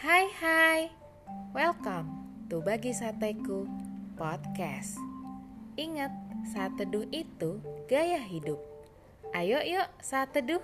Hai, welcome to Bagi Sateku Podcast. Ingat, saat teduh itu gaya hidup. Ayo yuk saat teduh.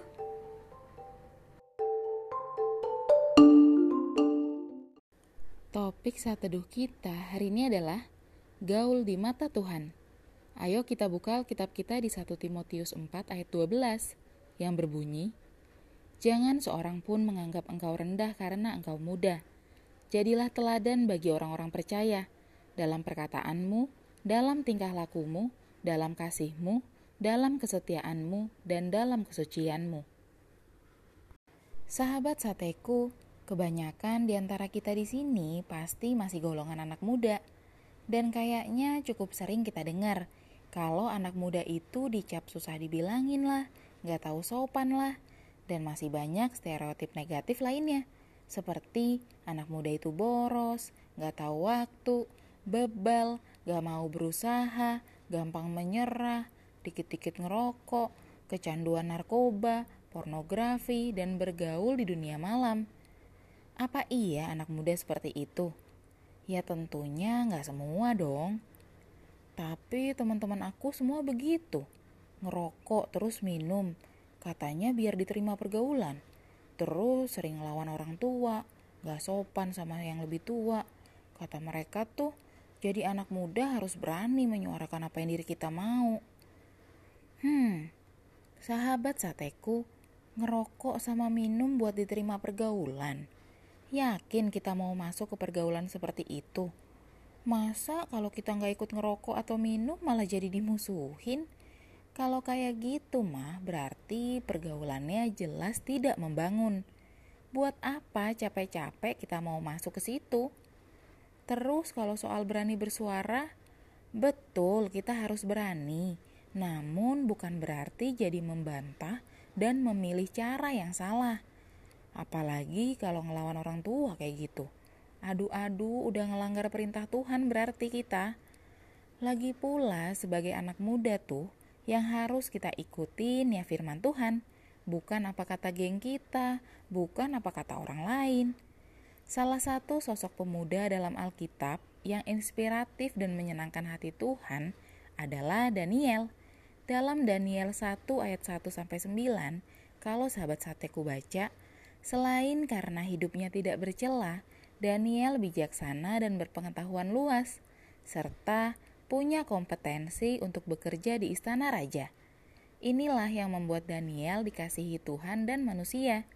Topik saat teduh kita hari ini adalah gaul di mata Tuhan. Ayo kita buka kitab kita di 1 Timotius 4 ayat 12 yang berbunyi, jangan seorang pun menganggap engkau rendah karena engkau muda. Jadilah teladan bagi orang-orang percaya dalam perkataanmu, dalam tingkah lakumu, dalam kasihmu, dalam kesetiaanmu, dan dalam kesucianmu. Sahabat sateku, kebanyakan di antara kita di sini pasti masih golongan anak muda. Dan kayaknya cukup sering kita dengar kalau anak muda itu dicap susah dibilangin lah, gak tahu sopan lah, dan masih banyak stereotip negatif lainnya. Seperti anak muda itu boros, gak tahu waktu, bebal, gak mau berusaha, gampang menyerah, dikit-dikit ngerokok, kecanduan narkoba, pornografi, dan bergaul di dunia malam. Apa iya anak muda seperti itu? Ya tentunya gak semua dong. Tapi teman-teman aku semua begitu. Ngerokok terus minum, katanya biar diterima pergaulan. Terus sering ngelawan orang tua, gak sopan sama yang lebih tua. Kata mereka tuh, jadi anak muda harus berani menyuarakan apa yang diri kita mau. Sahabat sateku, ngerokok sama minum buat diterima pergaulan. Yakin kita mau masuk ke pergaulan seperti itu? Masa kalau kita gak ikut ngerokok atau minum malah jadi dimusuhin? Kalau kayak gitu mah berarti pergaulannya jelas tidak membangun. Buat apa capek-capek kita mau masuk ke situ? Terus kalau soal berani bersuara, betul kita harus berani. Namun bukan berarti jadi membantah dan memilih cara yang salah. Apalagi kalau ngelawan orang tua kayak gitu. Adu-adu udah ngelanggar perintah Tuhan berarti kita. Lagi pula sebagai anak muda tuh, yang harus kita ikutin ya firman Tuhan, bukan apa kata geng kita, bukan apa kata orang lain. Salah satu sosok pemuda dalam Alkitab yang inspiratif dan menyenangkan hati Tuhan adalah Daniel. Dalam Daniel 1 ayat 1-9, kalau sahabat sateku baca, selain karena hidupnya tidak bercela, Daniel bijaksana dan berpengetahuan luas, serta punya kompetensi untuk bekerja di istana raja. Inilah yang membuat Daniel dikasihi Tuhan dan manusia.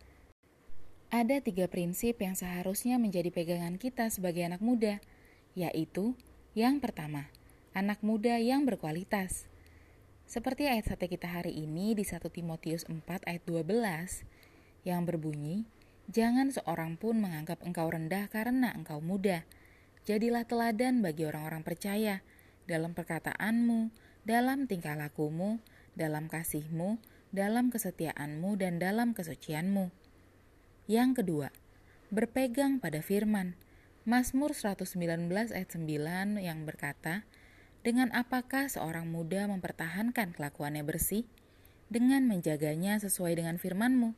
Ada 3 prinsip yang seharusnya menjadi pegangan kita sebagai anak muda, yaitu yang pertama, anak muda yang berkualitas. Seperti ayat sate kita hari ini di 1 Timotius 4 ayat 12 yang berbunyi, jangan seorang pun menganggap engkau rendah karena engkau muda. Jadilah teladan bagi orang-orang percaya dalam perkataanmu, dalam tingkah lakumu, dalam kasihmu, dalam kesetiaanmu, dan dalam kesucianmu. Yang kedua, berpegang pada firman. Mazmur 119 ayat 9 yang berkata, dengan apakah seorang muda mempertahankan kelakuannya bersih? Dengan menjaganya sesuai dengan firman-Mu.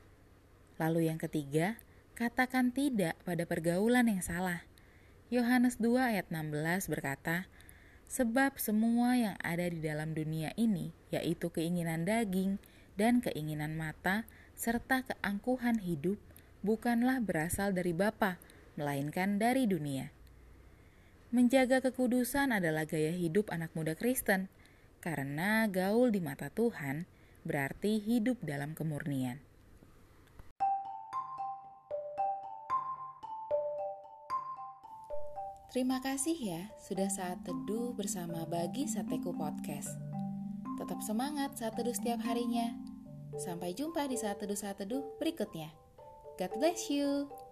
Lalu yang ketiga, katakan tidak pada pergaulan yang salah. Yohanes 2 ayat 16 berkata, sebab semua yang ada di dalam dunia ini, yaitu keinginan daging dan keinginan mata, serta keangkuhan hidup, bukanlah berasal dari Bapa, melainkan dari dunia. Menjaga kekudusan adalah gaya hidup anak muda Kristen, karena gaul di mata Tuhan berarti hidup dalam kemurnian. Terima kasih ya sudah saat teduh bersama Bagi Sateku Podcast. Tetap semangat saat teduh setiap harinya. Sampai jumpa di saat teduh berikutnya. God bless you.